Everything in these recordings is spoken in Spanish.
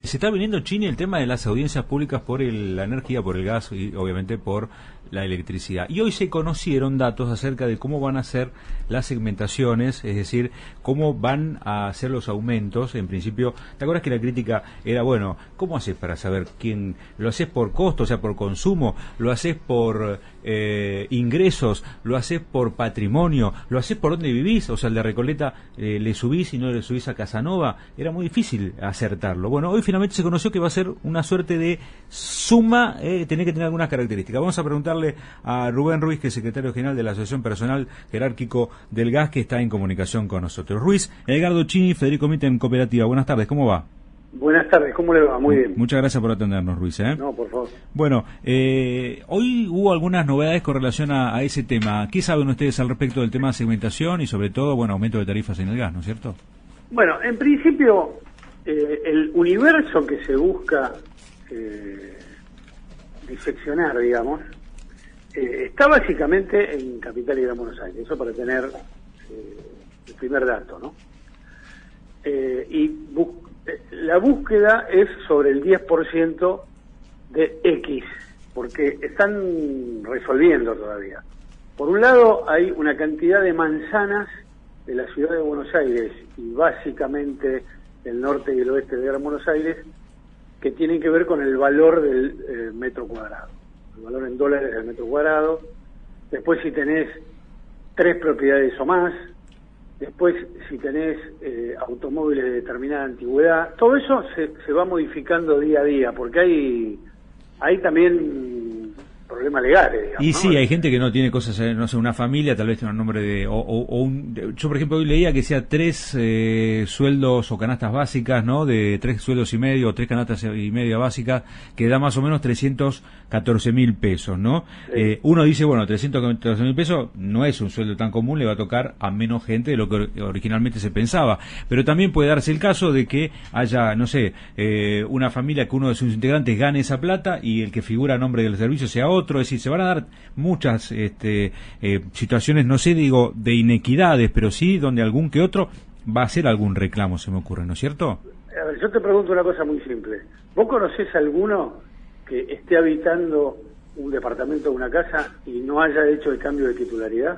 Se está viniendo, Chini, el tema de las audiencias públicas por la energía, por el gas y obviamente por la electricidad. Y hoy se conocieron datos acerca de cómo van a ser las segmentaciones, es decir, cómo van a hacer los aumentos. En principio, ¿te acuerdas que la crítica era, bueno, ¿cómo haces para saber quién? ¿Lo haces por costo, o sea, por consumo? ¿Lo haces por ingresos? ¿Lo haces por patrimonio? ¿Lo haces por dónde vivís? O sea, el de Recoleta le subís y no le subís a Casanova. Era muy difícil acertarlo. Bueno, hoy finalmente se conoció que va a ser una suerte de suma, tiene que tener algunas características. Vamos a preguntarle a Rubén Ruiz, que es secretario general de la Asociación Personal Jerárquico del Gas, que está en comunicación con nosotros. Ruiz, Edgardo Chini, Federico Mitten, Cooperativa. Buenas tardes, ¿cómo va? Buenas tardes, ¿cómo le va? Muy bien. Muchas gracias por atendernos, Ruiz. No, por favor. Bueno, hoy hubo algunas novedades con relación a ese tema. ¿Qué saben ustedes al respecto del tema de segmentación y sobre todo, bueno, aumento de tarifas en el gas, ¿no es cierto? Bueno, en principio, el universo que se busca diseccionar, digamos, está básicamente en Capital y Gran Buenos Aires. Eso para tener el primer dato, ¿no? La búsqueda es sobre el 10% de X, porque están resolviendo todavía. Por un lado, hay una cantidad de manzanas de la ciudad de Buenos Aires y básicamente el norte y el oeste de Gran Buenos Aires que tienen que ver con el valor del metro cuadrado, el valor en dólares del metro cuadrado. Después, si tenés 3 propiedades o más, después si tenés automóviles de determinada antigüedad, todo eso se va modificando día a día, porque hay también problemas legales, digamos, y ¿no? sí, hay gente que no tiene cosas, no sé, una familia, tal vez tiene un nombre de... yo, por ejemplo, hoy leía que decía 3 sueldos o canastas básicas, ¿no? De 3 sueldos y medio o 3 canastas y media básicas, que da más o menos 314.000 pesos, ¿no? Sí. Uno dice, bueno, 314.000 pesos no es un sueldo tan común, le va a tocar a menos gente de lo que originalmente se pensaba. Pero también puede darse el caso de que haya, no sé, una familia que uno de sus integrantes gane esa plata y el que figura a nombre del servicio sea otro. Es decir, se van a dar muchas situaciones, no sé, digo, de inequidades, pero sí donde algún que otro va a hacer algún reclamo, se me ocurre, ¿no es cierto? A ver, yo te pregunto una cosa muy simple. ¿Vos conocés alguno que esté habitando un departamento o una casa y no haya hecho el cambio de titularidad?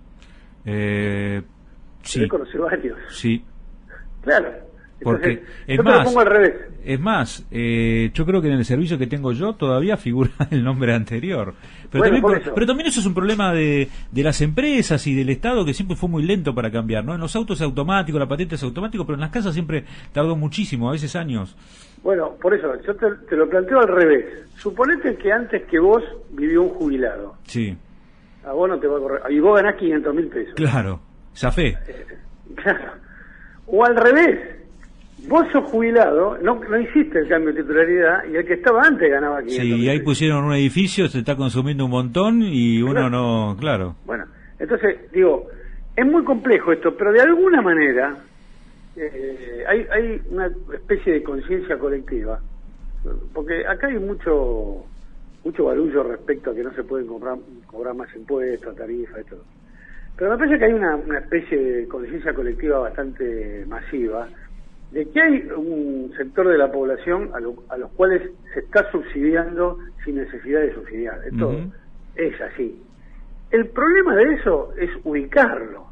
Sí. Yo conocí varios. Sí. Claro. Porque entonces, yo te lo pongo al revés. Es más, yo creo que en el servicio que tengo yo todavía figura el nombre anterior. Pero, bueno, también eso es un problema de las empresas y del Estado, que siempre fue muy lento para cambiar, ¿no? En los autos es automático, la patente es automático, pero en las casas siempre tardó muchísimo, a veces años. Bueno, por eso, yo te lo planteo al revés. Suponete que antes que vos vivió un jubilado. Sí. A vos no te va a correr. Y vos ganás 500.000 pesos. Claro, zafé. Claro. O al revés. Vos sos jubilado, no hiciste el cambio de titularidad y el que estaba antes ganaba 500. Sí, y ahí pusieron un edificio, se está consumiendo un montón y uno claro. No, claro. Bueno, entonces, digo, es muy complejo esto, pero de alguna manera hay una especie de conciencia colectiva, porque acá hay mucho barullo respecto a que no se pueden cobrar más impuestos, tarifas y todo. Pero me parece que hay una especie de conciencia colectiva bastante masiva, de que hay un sector de la población a los cuales se está subsidiando sin necesidad de subsidiar. Esto es así. El problema de eso es ubicarlo.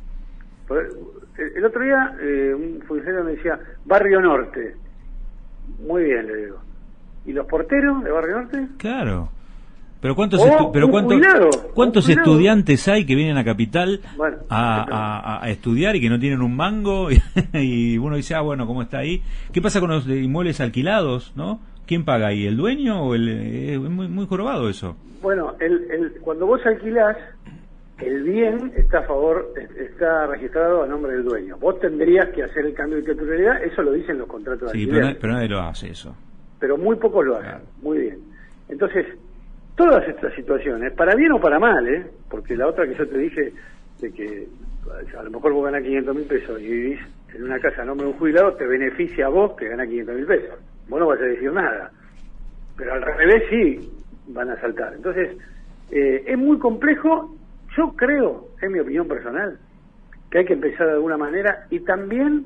El otro día un funcionario me decía, Barrio Norte. Muy bien, le digo. ¿Y los porteros de Barrio Norte? Claro. Pero ¿cuántos estudiantes hay que vienen a Capital a estudiar y que no tienen un mango? Y uno dice, bueno, ¿cómo está ahí? ¿Qué pasa con los inmuebles alquilados, no? ¿Quién paga ahí? ¿El dueño o es muy, muy jorobado eso? Bueno, cuando vos alquilás, el bien está registrado a nombre del dueño. Vos tendrías que hacer el cambio de titularidad, eso lo dicen los contratos de alquiler. Sí, pero nadie lo hace eso. Pero muy pocos lo hacen, claro. Muy bien. Entonces, todas estas situaciones, para bien o para mal, porque la otra que yo te dije, de que a lo mejor vos ganás 500.000 pesos y vivís en una casa a nombre de un jubilado, te beneficia a vos que ganás 500.000 pesos. Vos no vas a decir nada. Pero al revés sí van a saltar. Entonces, es muy complejo. Yo creo, en mi opinión personal, que hay que empezar de alguna manera y también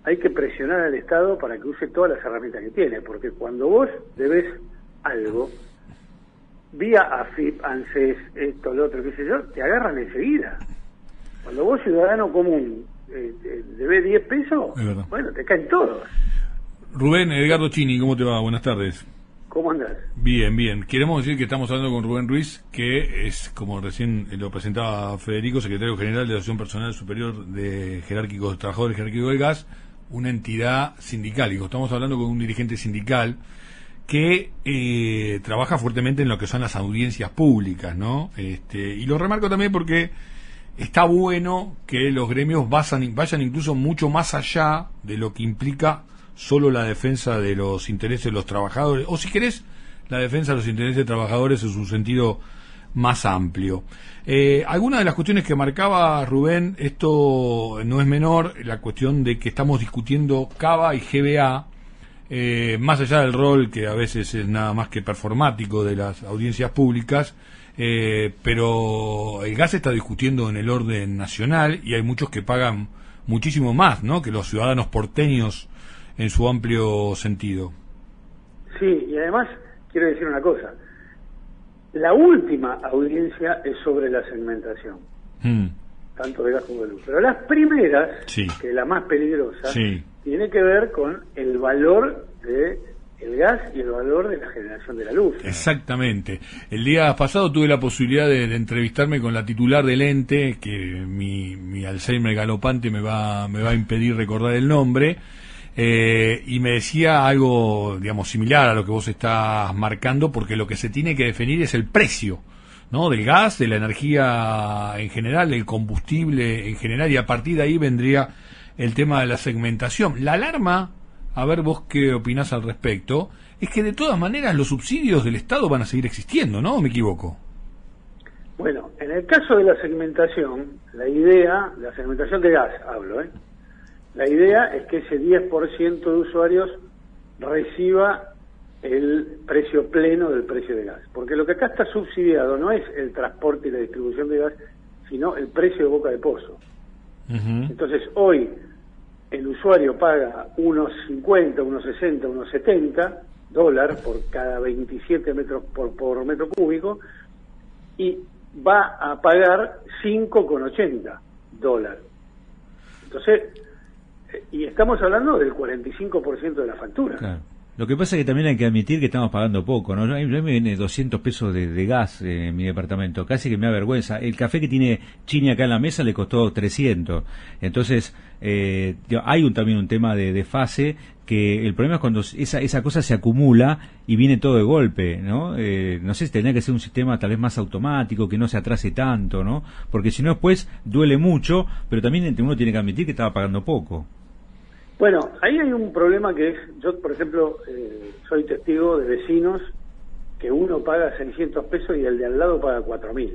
hay que presionar al Estado para que use todas las herramientas que tiene, porque cuando vos debes algo, vía AFIP, ANSES, esto, lo otro, qué sé yo, te agarran enseguida. Cuando vos, ciudadano común, debes 10 pesos, bueno, te caen todos. Rubén, Edgardo Chini, ¿cómo te va? Buenas tardes. ¿Cómo andás? Bien, bien. Queremos decir que estamos hablando con Rubén Ruiz, que es, como recién lo presentaba Federico, secretario general de la Asociación Personal Superior de Trabajadores Jerárquicos del Gas, una entidad sindical. Y estamos hablando con un dirigente sindical que trabaja fuertemente en lo que son las audiencias públicas, ¿no? Y lo remarco también porque está bueno que los gremios vayan incluso mucho más allá de lo que implica solo la defensa de los intereses de los trabajadores, o si querés, la defensa de los intereses de trabajadores en su sentido más amplio. Algunas de las cuestiones que marcaba Rubén, esto no es menor, la cuestión de que estamos discutiendo CABA y GBA, más allá del rol que a veces es nada más que performático de las audiencias públicas, pero el gas se está discutiendo en el orden nacional y hay muchos que pagan muchísimo más, ¿no?, que los ciudadanos porteños en su amplio sentido. Sí, y además quiero decir una cosa, la última audiencia es sobre la segmentación, tanto de gas como de luz, pero las primeras, sí, que es la más peligrosa, sí, tiene que ver con el valor de el gas y el valor de la generación de la luz, ¿no? Exactamente. El día pasado tuve la posibilidad de entrevistarme con la titular del ente, que mi Alzheimer galopante me va a impedir recordar el nombre, y me decía algo, digamos, similar a lo que vos estás marcando, porque lo que se tiene que definir es el precio, ¿no?, del gas, de la energía en general, del combustible en general, y a partir de ahí vendría el tema de la segmentación. La alarma, a ver vos qué opinás al respecto, es que de todas maneras los subsidios del Estado van a seguir existiendo, ¿no? ¿O me equivoco? Bueno, en el caso de la segmentación, la segmentación de gas hablo, la idea es que ese 10% de usuarios reciba el precio pleno del precio de gas. Porque lo que acá está subsidiado no es el transporte y la distribución de gas, sino el precio de boca de pozo. Entonces, hoy el usuario paga unos 50, unos 60, unos 70 dólares por cada 27 metros por metro cúbico y va a pagar 5,80 dólares. Entonces, y estamos hablando del 45% de la factura. Claro. Lo que pasa es que también hay que admitir que estamos pagando poco, ¿no? A mí me viene 200 pesos de gas en mi departamento, casi que me da vergüenza. El café que tiene Chini acá en la mesa le costó 300. Entonces, hay también un tema de fase, que el problema es cuando esa cosa se acumula y viene todo de golpe, ¿no? No sé si tendría que ser un sistema tal vez más automático, que no se atrase tanto, ¿no? Porque si no después duele mucho, pero también uno tiene que admitir que estaba pagando poco. Bueno, ahí hay un problema que es, yo por ejemplo, soy testigo de vecinos que uno paga 600 pesos y el de al lado paga 4.000.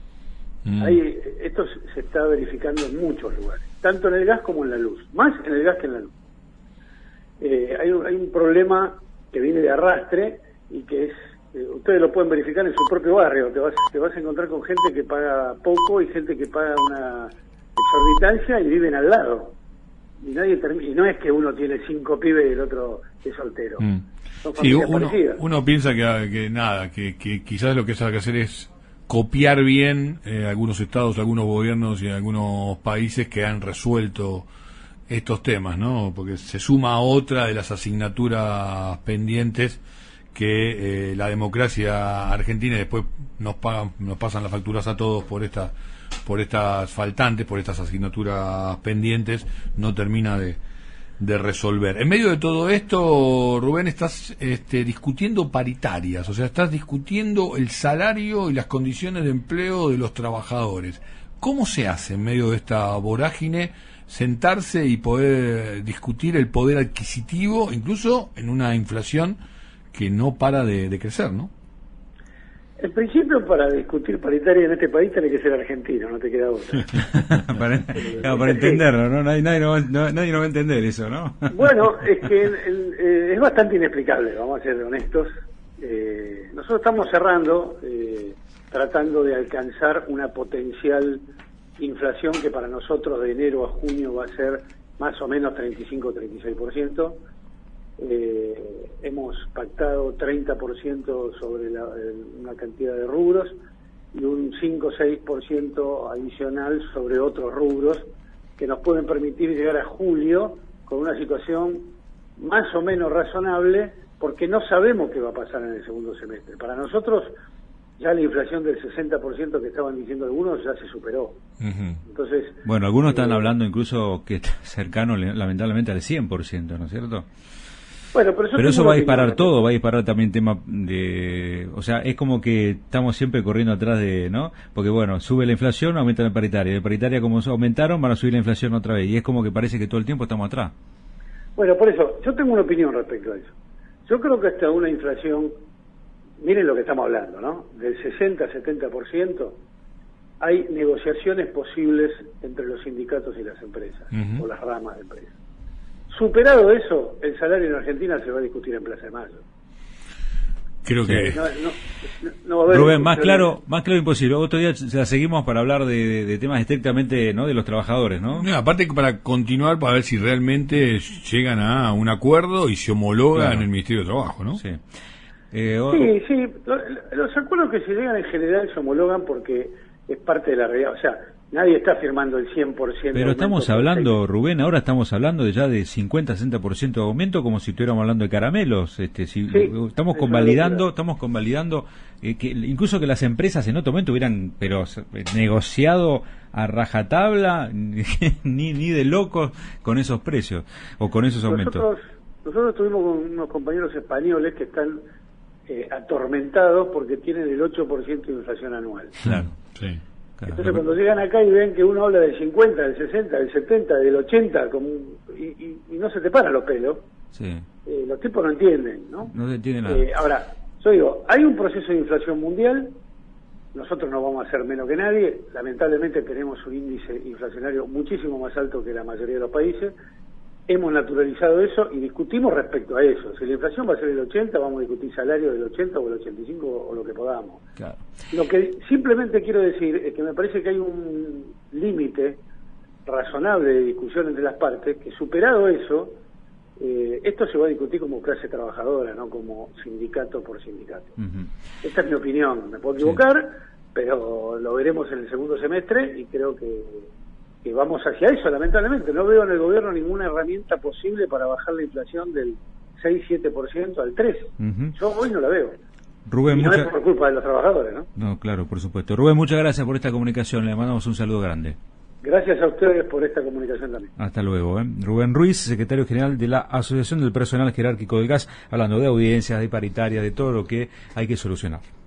Esto se está verificando en muchos lugares, tanto en el gas como en la luz, más en el gas que en la luz. Hay un problema que viene de arrastre y que es, ustedes lo pueden verificar en su propio barrio, te vas a encontrar con gente que paga poco y gente que paga una exorbitancia y viven al lado. Y no es que uno tiene 5 pibes y el otro es soltero. Sí, uno piensa que quizás lo que se hay que hacer es copiar bien algunos estados, algunos gobiernos y algunos países que han resuelto estos temas, ¿no? Porque se suma a otra de las asignaturas pendientes que la democracia argentina, y después nos pasan las facturas a todos por estas faltantes, por estas asignaturas pendientes, no termina de resolver. En medio de todo esto, Rubén, estás discutiendo paritarias, o sea, estás discutiendo el salario y las condiciones de empleo de los trabajadores. ¿Cómo se hace en medio de esta vorágine sentarse y poder discutir el poder adquisitivo, incluso en una inflación que no para de crecer, ¿no? En principio, para discutir paritaria en este país tiene que ser argentino, no te queda otra. para entenderlo, ¿no? Nadie no va a entender eso, ¿no? Bueno, es que es bastante inexplicable, vamos a ser honestos. Nosotros estamos cerrando, tratando de alcanzar una potencial inflación que para nosotros de enero a junio va a ser más o menos 35-36%. Hemos pactado 30% sobre una cantidad de rubros y un 5-6% adicional sobre otros rubros que nos pueden permitir llegar a julio con una situación más o menos razonable, porque no sabemos qué va a pasar en el segundo semestre. Para nosotros ya la inflación del 60% que estaban diciendo algunos ya se superó. Entonces, bueno, algunos están hablando incluso que está cercano lamentablemente al 100%, ¿no es cierto? Bueno, pero eso va a disparar todo, va a disparar también tema de... O sea, es como que estamos siempre corriendo atrás de... ¿no? Porque bueno, sube la inflación, aumenta la paritaria. De paritaria como aumentaron, van a subir la inflación otra vez. Y es como que parece que todo el tiempo estamos atrás. Bueno, por eso, yo tengo una opinión respecto a eso. Yo creo que hasta una inflación, miren lo que estamos hablando, ¿no? Del 60-70%, hay negociaciones posibles entre los sindicatos y las empresas, o las ramas de empresas. Superado eso, el salario en Argentina se va a discutir en Plaza de Mayo. Creo que... No va a haber... Rubén, más claro imposible. Otro día la seguimos para hablar de temas estrictamente, ¿no?, de los trabajadores, ¿no? Aparte para continuar, para ver si realmente llegan a un acuerdo y se homologa en el Ministerio de Trabajo, ¿no? Sí. Sí. Los acuerdos que se llegan en general se homologan porque es parte de la realidad. O sea, nadie está firmando el 100%. Pero estamos hablando, Rubén, ahora estamos hablando de ya de 50-60% de aumento, como si estuviéramos hablando de caramelos. Estamos convalidando que incluso que las empresas en otro momento hubieran negociado a rajatabla, ni de locos con esos precios o con esos aumentos. Nosotros estuvimos con unos compañeros españoles que están atormentados porque tienen el 8% de inflación anual. Claro, sí. Entonces cuando llegan acá y ven que uno habla del 50, del 60, del 70, del 80 y no se te paran los pelos, los tipos no entienden, ¿no? No se entiende nada. Ahora, yo digo, hay un proceso de inflación mundial, nosotros no vamos a ser menos que nadie, lamentablemente tenemos un índice inflacionario muchísimo más alto que la mayoría de los países, hemos naturalizado eso y discutimos respecto a eso. Si la inflación va a ser el 80, vamos a discutir salario del 80 o el 85 o lo que podamos. Claro. Lo que simplemente quiero decir es que me parece que hay un límite razonable de discusión entre las partes, que superado eso, esto se va a discutir como clase trabajadora, no como sindicato por sindicato. Esta es mi opinión, me puedo equivocar, pero lo veremos en el segundo semestre y creo que vamos hacia eso, lamentablemente. No veo en el gobierno ninguna herramienta posible para bajar la inflación del 6-7% al 3%. Yo hoy no la veo. Rubén, y no es por culpa de los trabajadores, ¿no? No, claro, por supuesto. Rubén, muchas gracias por esta comunicación. Le mandamos un saludo grande. Gracias a ustedes por esta comunicación también. Hasta luego. Rubén Ruiz, secretario general de la Asociación del Personal Jerárquico del Gas, hablando de audiencias, de paritarias, de todo lo que hay que solucionar.